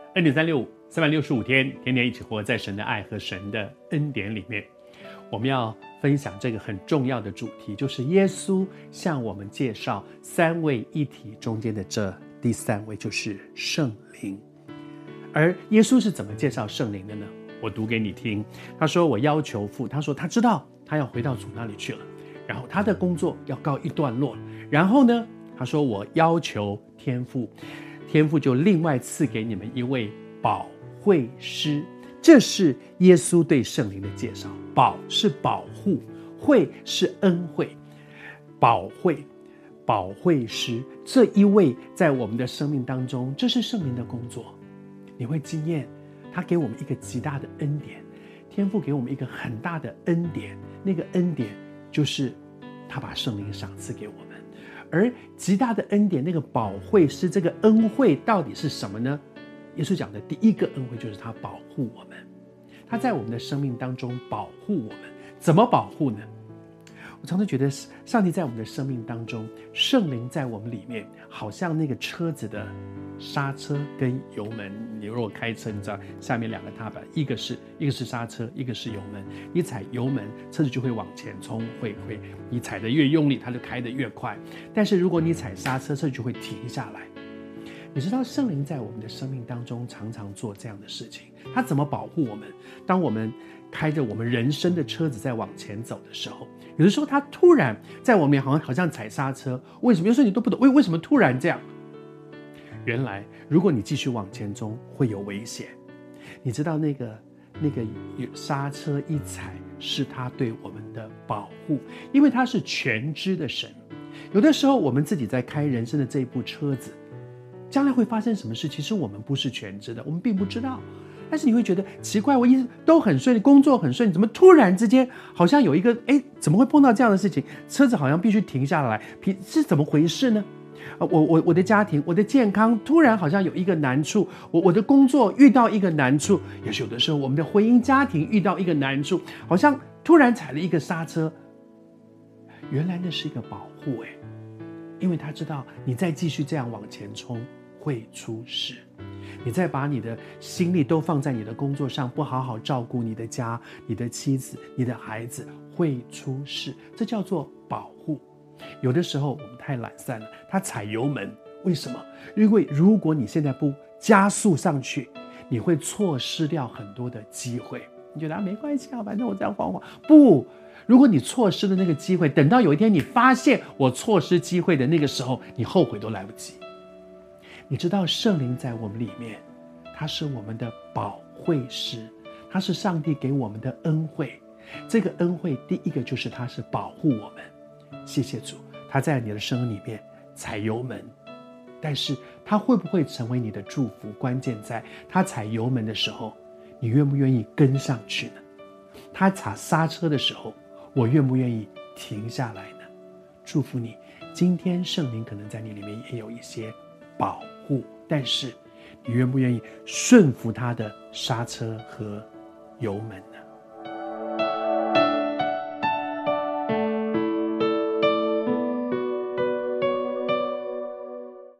恩典365，365天，天天一起活在神的爱和神的恩典里面。我们要分享这个很重要的主题，就是耶稣向我们介绍三位一体中间的这第三位，就是圣灵。而耶稣是怎么介绍圣灵的呢？我读给你听。他说：我要求父，他说他知道他要回到主那里去了，然后他的工作要告一段落。然后呢，他说我要求天父，天父就另外赐给你们一位保惠师。这是耶稣对圣灵的介绍。保是保护，惠是恩惠，保惠师，这一位在我们的生命当中，这是圣灵的工作。你会经验他给我们一个极大的恩典，天父给我们一个很大的恩典，那个恩典就是他把圣灵赏赐给我们。而极大的恩典，那个保惠师，这个恩惠到底是什么呢？耶稣讲的第一个恩惠就是他保护我们，他在我们的生命当中保护我们。怎么保护呢？我常常觉得上帝在我们的生命当中，圣灵在我们里面，好像那个车子的刹车跟油门。你如果开车，你知道下面两个踏板，一个是刹车，一个是油门。你踩油门，车子就会往前冲，会你踩得越用力，它就开得越快。但是如果你踩刹车，车子就会停下来。你知道圣灵在我们的生命当中常常做这样的事情。他怎么保护我们？当我们开着我们人生的车子在往前走的时候，有的时候他突然在我们好像踩刹车。为什么？有时候你都不懂为什么突然这样。原来如果你继续往前冲会有危险。你知道那个刹车一踩是他对我们的保护，因为他是全知的神。有的时候我们自己在开人生的这一部车子，将来会发生什么事，其实我们不是全知的，我们并不知道。但是你会觉得奇怪，我一直都很顺利，工作很顺利，怎么突然之间好像有一个怎么会碰到这样的事情？车子好像必须停下来，是怎么回事呢？我的家庭，我的健康突然好像有一个难处，我的工作遇到一个难处，也许有的时候我们的婚姻家庭遇到一个难处，好像突然踩了一个刹车。原来那是一个保护因为他知道你再继续这样往前冲会出事。你再把你的心力都放在你的工作上，不好好照顾你的家、你的妻子、你的孩子，会出事。这叫做保护。有的时候我们太懒散了，他踩油门，为什么？因为如果你现在不加速上去，你会错失掉很多的机会。你觉得没关系啊，反正我这样晃晃。不，如果你错失了那个机会，等到有一天你发现我错失机会的那个时候，你后悔都来不及。你知道圣灵在我们里面，他是我们的保惠师，他是上帝给我们的恩惠。这个恩惠第一个就是他是保护我们。谢谢主，他在你的生命里面踩油门，但是他会不会成为你的祝福，关键在他踩油门的时候，你愿不愿意跟上去呢？他踩刹车的时候，我愿不愿意停下来呢？祝福你，今天圣灵可能在你里面也有一些保护，但是你愿不愿意顺服他的刹车和油门呢？